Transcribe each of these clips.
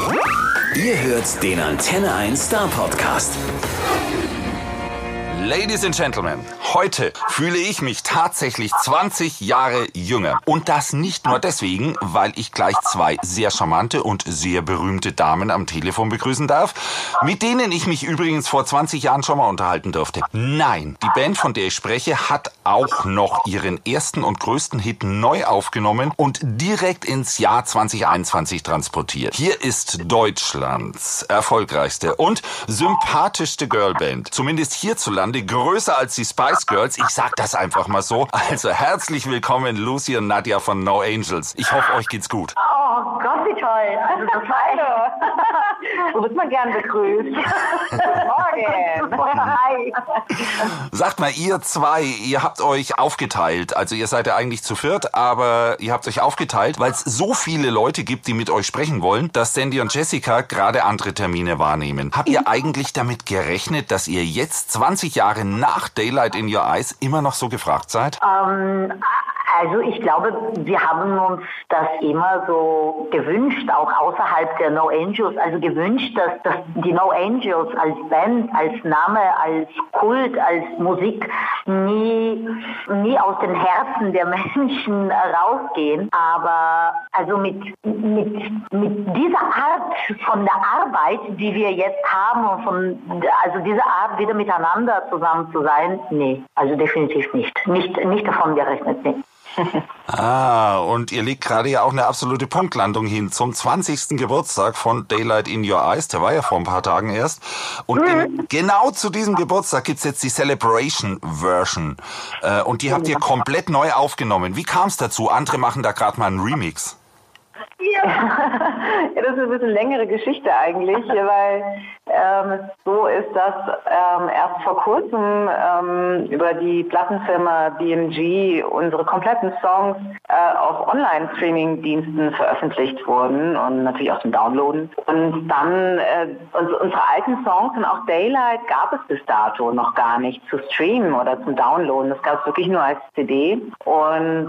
Ihr hört den Antenne 1 Star Podcast. Ladies and Gentlemen, heute fühle ich mich tatsächlich 20 Jahre jünger. Und das nicht nur deswegen, weil ich gleich zwei sehr charmante und sehr berühmte Damen am Telefon begrüßen darf, mit denen ich mich übrigens vor 20 Jahren schon mal unterhalten durfte. Nein, die Band, von der ich spreche, hat auch noch ihren ersten und größten Hit neu aufgenommen und direkt ins Jahr 2021 transportiert. Hier ist Deutschlands erfolgreichste und sympathischste Girlband, zumindest hierzulande, größer als die Spice Girls. Ich sag das einfach mal so. Also herzlich willkommen, Lucy und Nadja von No Angels. Ich hoffe, euch geht's gut. Oh Gott, wie toll. Also das war so wird man gern begrüßt. Morgen. Hi. Sagt mal, ihr zwei, ihr habt euch aufgeteilt. Also ihr seid ja eigentlich zu viert, aber ihr habt euch aufgeteilt, weil es so viele Leute gibt, die mit euch sprechen wollen, dass Sandy und Jessica gerade andere Termine wahrnehmen. Habt ihr eigentlich damit gerechnet, dass ihr jetzt 20 Jahre nach Daylight in Your Eyes immer noch so gefragt seid? Also ich glaube, wir haben uns das immer so gewünscht, auch außerhalb der No Angels, also gewünscht, dass die No Angels als Band, als Name, als Kult, als Musik nie aus den Herzen der Menschen rausgehen. Aber also mit dieser Art von der Arbeit, die wir jetzt haben, also diese Art wieder miteinander zusammen zu sein, nee, also definitiv nicht. Nicht davon gerechnet, nee. Und ihr legt gerade ja auch eine absolute Punktlandung hin zum 20. Geburtstag von Daylight in Your Eyes. Der war ja vor ein paar Tagen erst. Und genau zu diesem Geburtstag gibt's jetzt die Celebration-Version. Und die habt ihr komplett neu aufgenommen. Wie kam's dazu? Andere machen da gerade mal einen Remix. Ja, das ist eine bisschen längere Geschichte eigentlich, weil es so ist, dass erst vor kurzem über die Plattenfirma BMG unsere kompletten Songs auf Online-Streaming-Diensten veröffentlicht wurden und natürlich auch zum Downloaden. Und dann unsere alten Songs und auch Daylight gab es bis dato noch gar nicht zu streamen oder zum Downloaden. Das gab es wirklich nur als CD. Und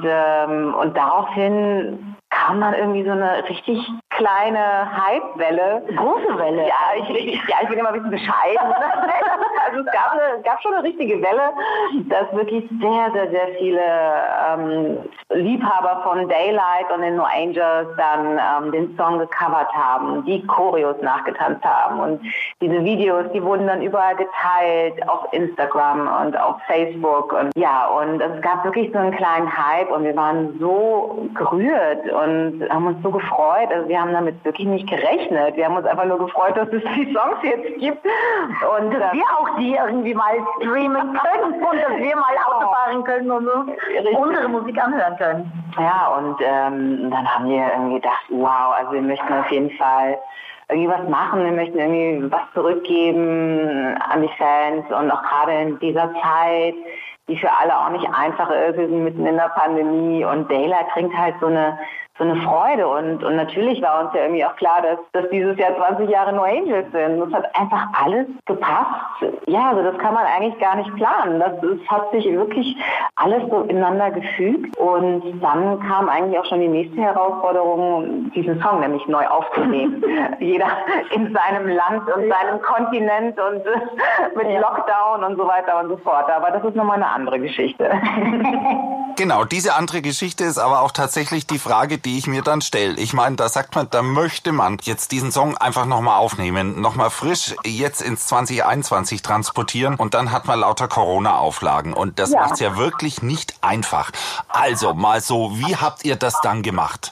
daraufhin kam dann irgendwie so eine richtig kleine Hype-Welle. Große Welle. Ja, ich bin immer ein bisschen bescheiden. Also es gab schon eine richtige Welle, dass wirklich sehr, sehr, sehr viele Liebhaber von Daylight und den No Angels dann den Song gecovert haben, die Choreos nachgetanzt haben. Und diese Videos, die wurden dann überall geteilt, auf Instagram und auf Facebook. Und es gab wirklich so einen kleinen Hype und wir waren so gerührt und haben uns so gefreut. Also wir haben damit wirklich nicht gerechnet. Wir haben uns einfach nur gefreut, dass es die Songs jetzt gibt. Und dass wir auch die irgendwie mal streamen können und dass wir mal Auto fahren können und unsere Musik anhören können. Ja, und dann haben wir irgendwie gedacht, wow, also wir möchten auf jeden Fall irgendwie was machen, wir möchten irgendwie was zurückgeben an die Fans und auch gerade in dieser Zeit, die für alle auch nicht einfach ist, wir sind mitten in der Pandemie und Daylight bringt halt so eine Freude und natürlich war uns ja irgendwie auch klar, dass dieses Jahr 20 Jahre No Angels sind. Das hat einfach alles gepasst. Ja, also das kann man eigentlich gar nicht planen. Das hat sich wirklich alles so ineinander gefügt und dann kam eigentlich auch schon die nächste Herausforderung, diesen Song nämlich neu aufzunehmen. Jeder in seinem Land und seinem Kontinent und mit Lockdown und so weiter und so fort. Aber das ist nochmal eine andere Geschichte. Genau, diese andere Geschichte ist aber auch tatsächlich die Frage, die ich mir dann stelle. Ich meine, da sagt man, da möchte man jetzt diesen Song einfach nochmal aufnehmen, nochmal frisch jetzt ins 2021 transportieren und dann hat man lauter Corona-Auflagen und das macht's ja wirklich nicht einfach. Also mal so, wie habt ihr das dann gemacht?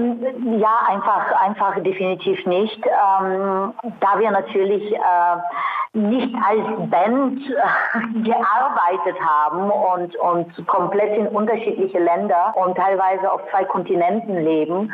Einfach definitiv nicht. Da wir natürlich nicht als Band gearbeitet haben und komplett in unterschiedliche Länder und teilweise auf 2 Kontinenten leben,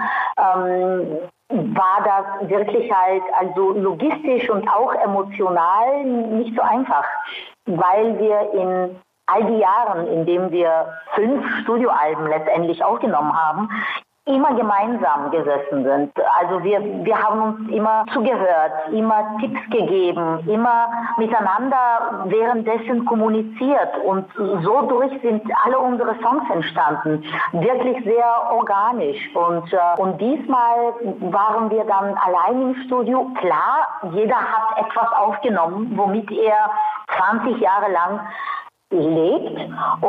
war das wirklich halt also logistisch und auch emotional nicht so einfach, weil wir in all die Jahren, in denen wir 5 Studioalben letztendlich aufgenommen haben, immer gemeinsam gesessen sind. Also wir haben uns immer zugehört, immer Tipps gegeben, immer miteinander währenddessen kommuniziert und so durch sind alle unsere Songs entstanden. Wirklich sehr organisch und diesmal waren wir dann allein im Studio. Klar, jeder hat etwas aufgenommen, womit er 20 Jahre lang lebt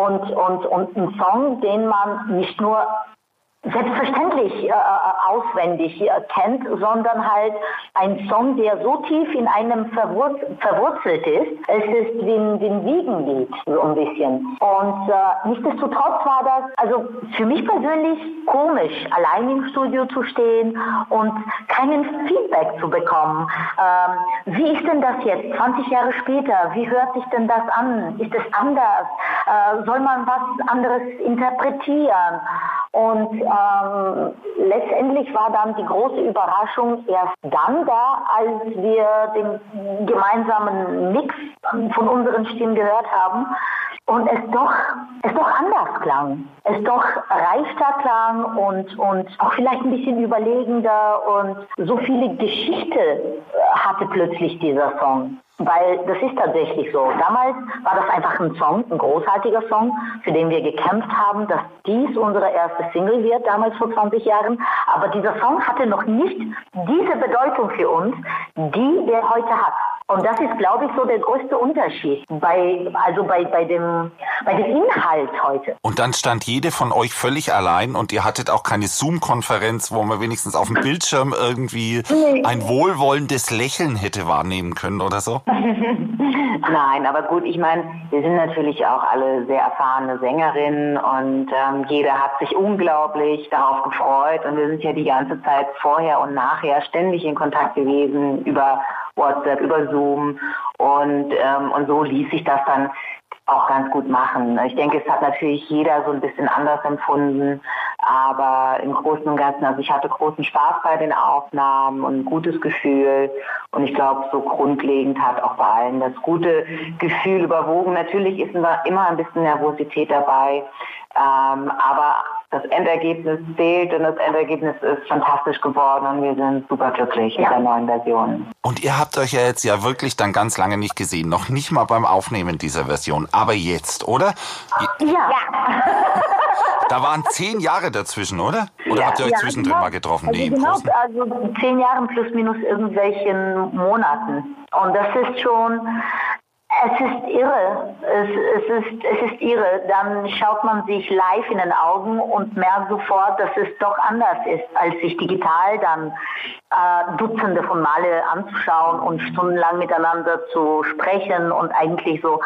und ein Song, den man nicht nur selbstverständlich auswendig kennt, sondern halt ein Song, der so tief in einem verwurzelt ist. Es ist wie ein Wiegenlied, so ein bisschen. Und nichtsdestotrotz war das, also für mich persönlich komisch, allein im Studio zu stehen und keinen Feedback zu bekommen. Wie ist denn das jetzt, 20 Jahre später? Wie hört sich denn das an? Ist es anders? Soll man was anderes interpretieren? Und letztendlich war dann die große Überraschung erst dann da, als wir den gemeinsamen Mix von unseren Stimmen gehört haben und es doch anders klang. Es doch reichter klang und auch vielleicht ein bisschen überlegender und so viele Geschichte hatte plötzlich dieser Song. Weil das ist tatsächlich so. Damals war das einfach ein Song, ein großartiger Song, für den wir gekämpft haben, dass dies unsere erste Single wird, damals vor 20 Jahren. Aber dieser Song hatte noch nicht diese Bedeutung für uns, die er heute hat. Und das ist, glaube ich, so der größte Unterschied bei dem Inhalt heute. Und dann stand jede von euch völlig allein und ihr hattet auch keine Zoom-Konferenz, wo man wenigstens auf dem Bildschirm irgendwie ein wohlwollendes Lächeln hätte wahrnehmen können oder so? Nein, aber gut, ich meine, wir sind natürlich auch alle sehr erfahrene Sängerinnen und jeder hat sich unglaublich darauf gefreut und wir sind ja die ganze Zeit vorher und nachher ständig in Kontakt gewesen über WhatsApp, über Zoom und so ließ sich das dann auch ganz gut machen. Ich denke, es hat natürlich jeder so ein bisschen anders empfunden, aber im Großen und Ganzen, also ich hatte großen Spaß bei den Aufnahmen und ein gutes Gefühl und ich glaube, so grundlegend hat auch bei allen das gute Gefühl überwogen. Natürlich ist immer ein bisschen Nervosität dabei, aber das Endergebnis zählt und das Endergebnis ist fantastisch geworden und wir sind super glücklich mit der neuen Version. Und ihr habt euch ja jetzt ja wirklich dann ganz lange nicht gesehen, noch nicht mal beim Aufnehmen dieser Version, aber jetzt, oder? Ja. Da waren 10 Jahre dazwischen, oder? Oder habt ihr euch zwischendrin mal getroffen? Also also 10 Jahren plus minus irgendwelchen Monaten. Und das ist schon... Es ist irre. Es ist irre. Dann schaut man sich live in den Augen und merkt sofort, dass es doch anders ist, als sich digital dann Dutzende von Male anzuschauen und stundenlang miteinander zu sprechen und eigentlich so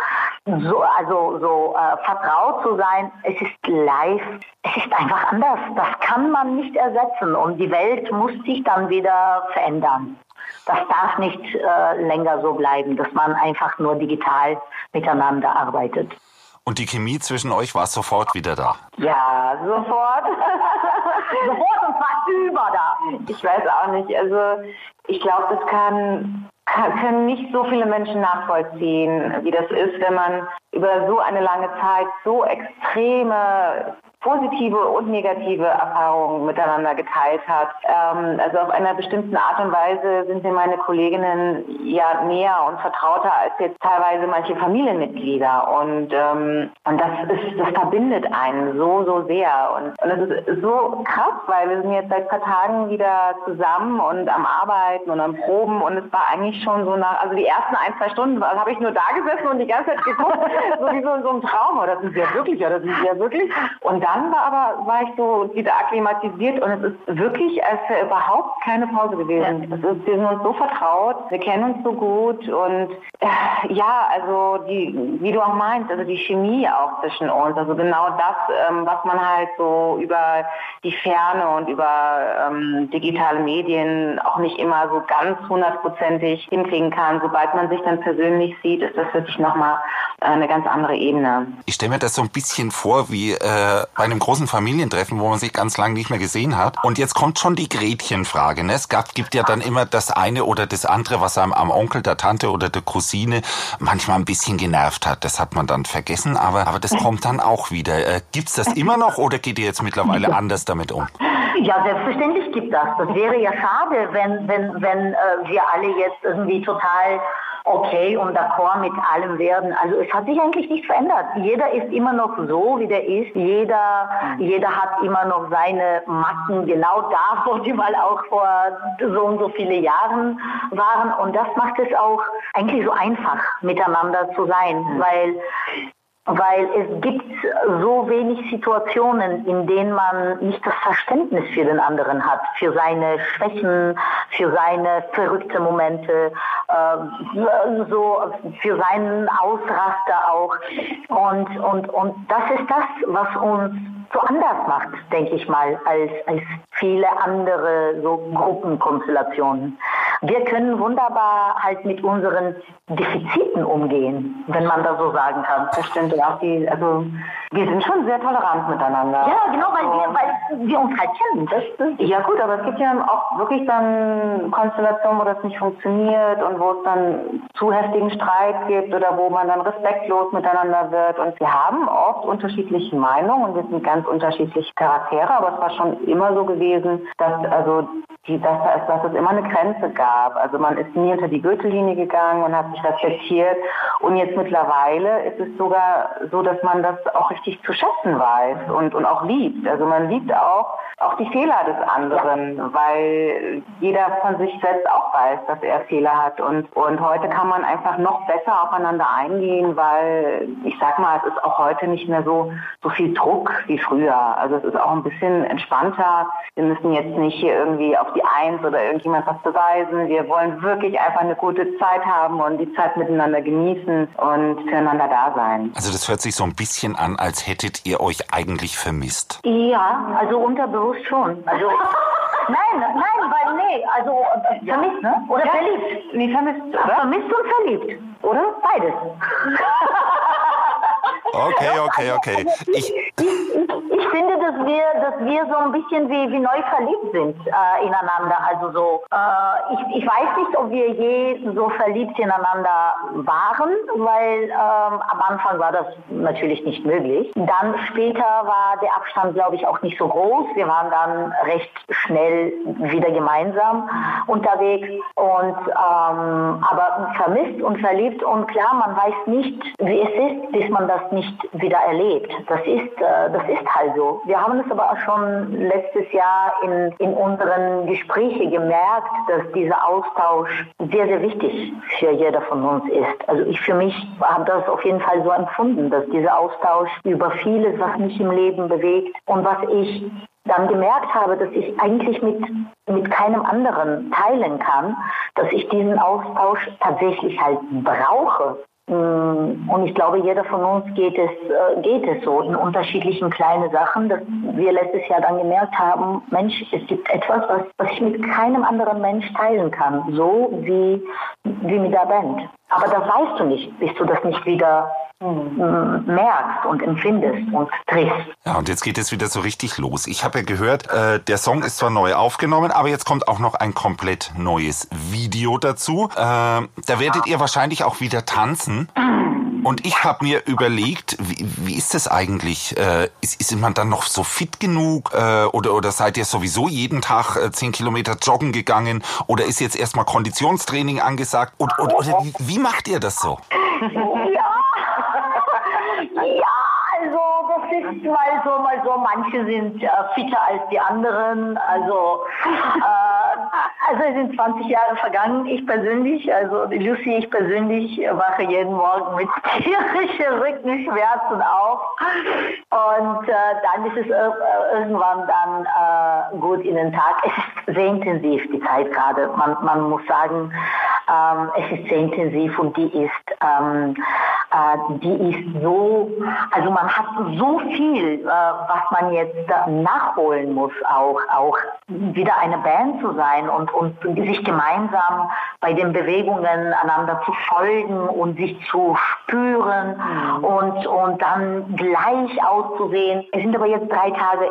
vertraut zu sein. Es ist live. Es ist einfach anders. Das kann man nicht ersetzen und die Welt muss sich dann wieder verändern. Das darf nicht länger so bleiben, dass man einfach nur digital miteinander arbeitet. Und die Chemie zwischen euch war sofort wieder da? Ja, sofort. Sofort und zwar über da. Ich weiß auch nicht. Also ich glaube, das können nicht so viele Menschen nachvollziehen, wie das ist, wenn man über so eine lange Zeit so extreme positive und negative Erfahrungen miteinander geteilt hat. Also auf einer bestimmten Art und Weise sind mir meine Kolleginnen ja näher und vertrauter als jetzt teilweise manche Familienmitglieder. Und das verbindet einen so sehr. Und es ist so krass, weil wir sind jetzt seit ein paar Tagen wieder zusammen und am Arbeiten und am Proben und es war eigentlich schon so also die ersten 1-2 Stunden habe ich nur da gesessen und die ganze Zeit geguckt, so wie so in so einem Traum. Oh, das ist ja wirklich. Und dann war ich so wieder akklimatisiert und es ist wirklich, als wäre überhaupt keine Pause gewesen. Ja. Wir sind uns so vertraut, wir kennen uns so gut und also wie du auch meinst, also die Chemie auch zwischen uns, also genau das, was man halt so über die Ferne und über digitale Medien auch nicht immer so ganz 100%ig hinkriegen kann. Sobald man sich dann persönlich sieht, ist das wirklich nochmal eine ganz andere Ebene. Ich stelle mir das so ein bisschen vor wie bei einem großen Familientreffen, wo man sich ganz lange nicht mehr gesehen hat. Und jetzt kommt schon die Gretchenfrage. Ne? Es gibt ja dann immer das eine oder das andere, was einem am Onkel, der Tante oder der Cousine manchmal ein bisschen genervt hat. Das hat man dann vergessen, aber das kommt dann auch wieder. Gibt's das immer noch oder geht ihr jetzt mittlerweile anders damit um? Ja, selbstverständlich gibt das. Das wäre ja schade, wenn wir alle jetzt irgendwie total okay und d'accord mit allem werden. Also es hat sich eigentlich nichts verändert. Jeder ist immer noch so, wie der ist. Jeder hat immer noch seine Macken genau da, wo die mal auch vor so und so viele Jahren waren. Und das macht es auch eigentlich so einfach, miteinander zu sein, weil es gibt so wenig Situationen, in denen man nicht das Verständnis für den anderen hat, für seine Schwächen, für seine verrückten Momente, für seinen Ausraster auch. Und das ist das, was uns so anders macht, denke ich mal, als viele andere so Gruppenkonstellationen. Wir können wunderbar halt mit unseren Defiziten umgehen, wenn man das so sagen kann. Das stimmt. Auch wir sind schon sehr tolerant miteinander. Ja, genau, weil wir uns halt kennen. Ja gut, aber es gibt ja auch wirklich dann Konstellationen, wo das nicht funktioniert und wo es dann zu heftigen Streit gibt oder wo man dann respektlos miteinander wird. Und wir haben oft unterschiedliche Meinungen und wir sind ganz unterschiedliche Charaktere, aber es war schon immer so gewesen, dass es immer eine Grenze gab. Also man ist nie unter die Gürtellinie gegangen und hat sich respektiert. Und jetzt mittlerweile ist es sogar so, dass man das auch richtig zu schätzen weiß und auch liebt. Also man liebt auch die Fehler des anderen, weil jeder von sich selbst auch weiß, dass er Fehler hat. Und heute kann man einfach noch besser aufeinander eingehen, weil ich sag mal, es ist auch heute nicht mehr so viel Druck wie früher. Also es ist auch ein bisschen entspannter. Wir müssen jetzt nicht hier irgendwie auf die Eins oder irgendjemand was beweisen. Wir wollen wirklich einfach eine gute Zeit haben und die Zeit miteinander genießen und füreinander da sein. Also das hört sich so ein bisschen an, als hättet ihr euch eigentlich vermisst. Ja, also unterbewusst schon. Also also vermisst, ne? Oder ja, verliebt. Nee, vermisst, oder? Vermisst und verliebt, oder? Beides. Okay. Ich finde, dass wir so ein bisschen wie neu verliebt sind ineinander. Also so, ich weiß nicht, ob wir je so verliebt ineinander waren, weil am Anfang war das natürlich nicht möglich. Dann später war der Abstand, glaube ich, auch nicht so groß. Wir waren dann recht schnell wieder gemeinsam unterwegs und aber vermisst und verliebt und klar, man weiß nicht, wie es ist, bis man das nicht wieder erlebt. Das ist halt so. Wir haben es aber auch schon letztes Jahr in unseren Gesprächen gemerkt, dass dieser Austausch sehr, sehr wichtig für jeder von uns ist. Also ich für mich habe das auf jeden Fall so empfunden, dass dieser Austausch über vieles, was mich im Leben bewegt und was ich dann gemerkt habe, dass ich eigentlich mit keinem anderen teilen kann, dass ich diesen Austausch tatsächlich halt brauche. Und ich glaube, jeder von uns geht es so in unterschiedlichen kleinen Sachen, dass wir letztes Jahr dann gemerkt haben, Mensch, es gibt etwas, was ich mit keinem anderen Mensch teilen kann, so wie mit der Band. Aber das weißt du nicht, bis du das nicht wieder merkst und empfindest und triffst. Ja, und jetzt geht es wieder so richtig los. Ich habe ja gehört, der Song ist zwar neu aufgenommen, aber jetzt kommt auch noch ein komplett neues Video dazu. Da werdet ihr wahrscheinlich auch wieder tanzen. Und ich habe mir überlegt, wie ist das eigentlich? Ist man dann noch so fit genug? Oder seid ihr sowieso jeden Tag 10 Kilometer joggen gegangen? Oder ist jetzt erstmal Konditionstraining angesagt? Oder wie macht ihr das so? Ja, also das ist mal so. Manche sind fitter als die anderen. Also es sind 20 Jahre vergangen. Ich persönlich, also Lucy, ich persönlich wache jeden Morgen mit tierischen Rückenschmerzen auf. Und dann ist es irgendwann dann gut in den Tag. Es ist sehr intensiv, die Zeit gerade. Man muss sagen, es ist sehr intensiv und die ist so, also man hat so viel, was man jetzt nachholen muss, auch wieder eine Band zu sein und sich gemeinsam bei den Bewegungen einander zu folgen und sich zu spüren und dann gleich auszusehen. Es sind aber jetzt 3 Tage,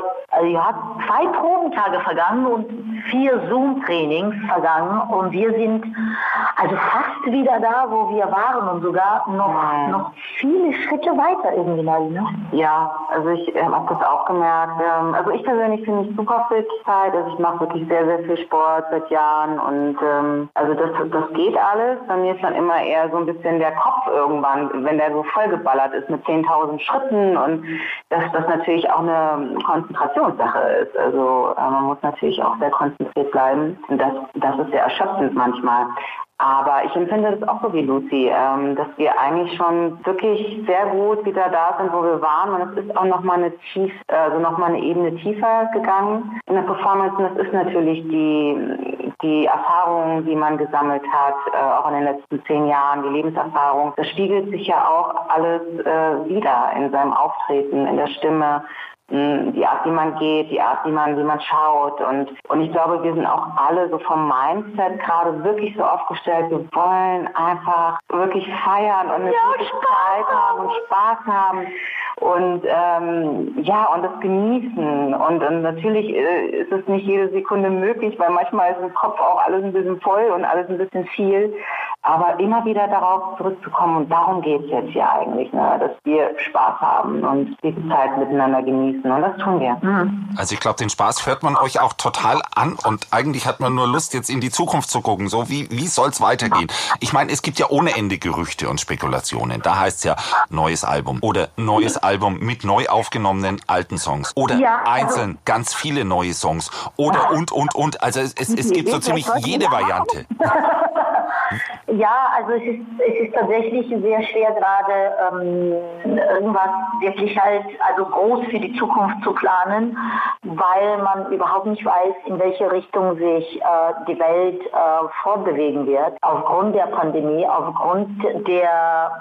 2 Probentage vergangen und 4 Zoom-Trainings vergangen und wir sind also fast wieder da, wo wir waren und sogar noch viele Schritte weiter irgendwie. Ne? Ja, also ich habe das auch gemerkt. Also ich persönlich finde es super viel Zeit. Also ich mache wirklich sehr, sehr viel Sport seit Jahren und also das geht alles. Bei mir ist dann immer eher so ein bisschen der Kopf irgendwann, wenn der so vollgeballert ist mit 10.000 Schritten und dass das natürlich auch eine Konzentrationssache ist. Also man muss natürlich auch sehr konzentriert bleiben und das ist sehr erschöpfend manchmal. Aber ich empfinde das auch so wie Lucy, dass wir eigentlich schon wirklich sehr gut wieder da sind, wo wir waren. Und es ist auch nochmal eine Ebene tiefer gegangen in der Performance. Und das ist natürlich die Erfahrung, die man gesammelt hat, auch in den letzten 10 Jahren, die Lebenserfahrung. Das spiegelt sich ja auch alles wieder in seinem Auftreten, in der Stimme. Die Art, wie man geht, die Art, wie man schaut. Und ich glaube, wir sind auch alle so vom Mindset gerade wirklich so aufgestellt, wir wollen einfach wirklich feiern und eine gute Zeit haben und Spaß haben und und das genießen. Und natürlich ist es nicht jede Sekunde möglich, weil manchmal ist im Kopf auch alles ein bisschen voll und alles ein bisschen viel. Aber immer wieder darauf zurückzukommen, und darum geht es jetzt hier eigentlich, ne? Dass wir Spaß haben und die Zeit miteinander genießen. Und das tun wir. Also ich glaube, den Spaß hört man euch auch total an und eigentlich hat man nur Lust, jetzt in die Zukunft zu gucken. So, wie soll's weitergehen? Ich meine, es gibt ja ohne Ende Gerüchte und Spekulationen. Da heißt's ja neues Album oder neues Album mit neu aufgenommenen alten Songs oder einzeln ganz viele neue Songs oder und. Also es gibt so ziemlich jede Variante. Ja, also es ist tatsächlich sehr schwer gerade irgendwas wirklich also groß für die Zukunft zu planen, weil man überhaupt nicht weiß, in welche Richtung sich die Welt fortbewegen wird. Aufgrund der Pandemie, aufgrund der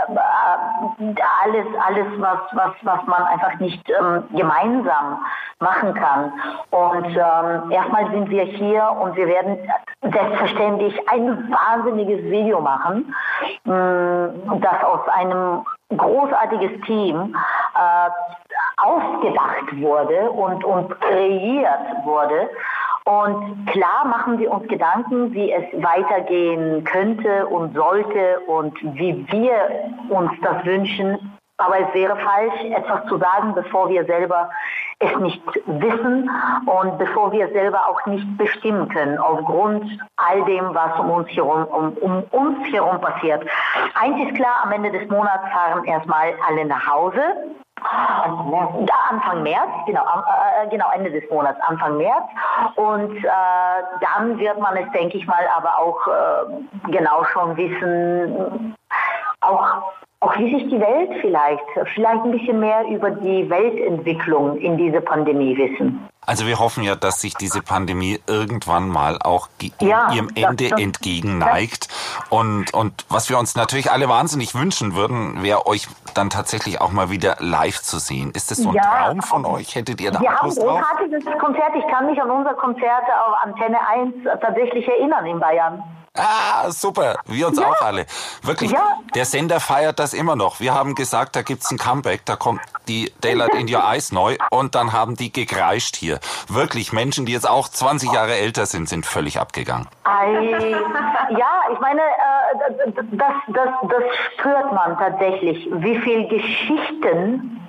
alles was man einfach nicht gemeinsam machen kann. Und erstmal sind wir hier und wir werden selbstverständlich ein wahnsinniges Video machen, das aus einem großartiges Team ausgedacht wurde und kreiert wurde. Und klar machen wir uns Gedanken, wie es weitergehen könnte und sollte und wie wir uns das wünschen. Aber es wäre falsch, etwas zu sagen, bevor wir selber es nicht wissen und bevor wir selber auch nicht bestimmen können, aufgrund all dem, was um uns herum passiert. Eins ist klar, am Ende des Monats fahren erstmal alle nach Hause. Anfang März, genau, Ende des Monats, Anfang März. Und dann wird man es, denke ich mal, aber auch genau schon wissen, auch wie sich die Welt vielleicht ein bisschen mehr über die Weltentwicklung in dieser Pandemie wissen. Also wir hoffen ja, dass sich diese Pandemie irgendwann mal auch ihrem Ende entgegenneigt. Und was wir uns natürlich alle wahnsinnig wünschen würden, wäre euch dann tatsächlich auch mal wieder live zu sehen. Ist das so ein Traum von euch? Hättet ihr da wir auch Lust drauf? Wir haben ein großartiges Konzert. Ich kann mich an unser Konzert auf Antenne 1 tatsächlich erinnern in Bayern. Ah, super. Wir uns auch alle. Wirklich, der Sender feiert das immer noch. Wir haben gesagt, da gibt's ein Comeback, da kommt die Daylight in Your Eyes neu und dann haben die gekreischt hier. Wirklich, Menschen, die jetzt auch 20 Jahre älter sind völlig abgegangen. Ja, ich meine, das spürt man tatsächlich, wie viel Geschichten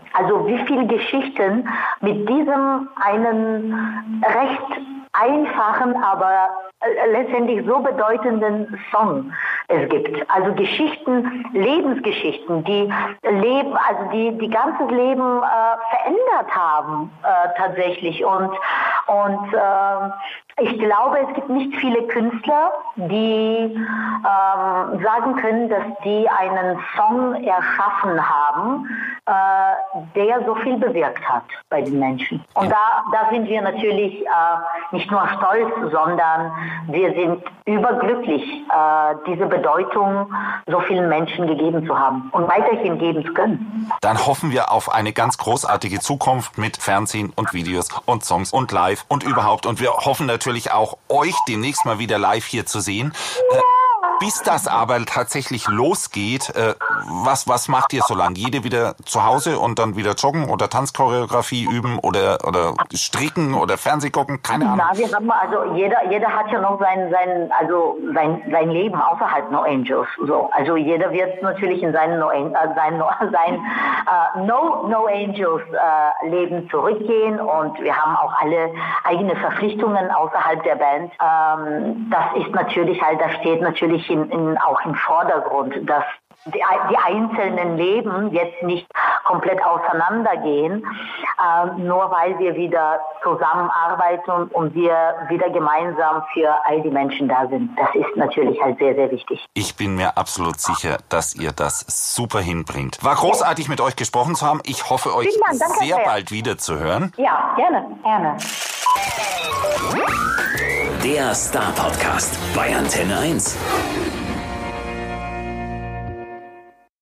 mit diesem einen recht einfachen, aber letztendlich so bedeutenden Song es gibt. Also Geschichten, Lebensgeschichten, die ganzes Leben verändert haben tatsächlich. Und ich glaube, es gibt nicht viele Künstler, die sagen können, dass die einen Song erschaffen haben, der so viel bewirkt hat bei den Menschen. Und da sind wir natürlich nicht nur stolz, sondern wir sind überglücklich, diese Bedeutung so vielen Menschen gegeben zu haben und weiterhin geben zu können. Dann hoffen wir auf eine ganz großartige Zukunft mit Fernsehen und Videos und Songs und live und überhaupt. Und wir hoffen natürlich auch, euch demnächst mal wieder live hier zu sehen. Bis das aber tatsächlich losgeht, was macht ihr so lange? Jede wieder zu Hause und dann wieder joggen oder Tanzchoreografie üben oder stricken oder Fernseh gucken? Keine Ahnung. Na, wir haben also jeder hat ja noch sein Leben außerhalb No Angels. So, also jeder wird natürlich in sein No Angels Leben zurückgehen und wir haben auch alle eigene Verpflichtungen außerhalb der Band. Das ist natürlich halt, das steht natürlich auch im Vordergrund, dass die einzelnen Leben jetzt nicht komplett auseinandergehen, nur weil wir wieder zusammenarbeiten und wir wieder gemeinsam für all die Menschen da sind. Das ist natürlich halt sehr, sehr wichtig. Ich bin mir absolut sicher, dass ihr das super hinbringt. War großartig, mit euch gesprochen zu haben. Ich hoffe, euch sehr bald wieder zu hören. Ja, gerne. Der Star Podcast bei Antenne 1.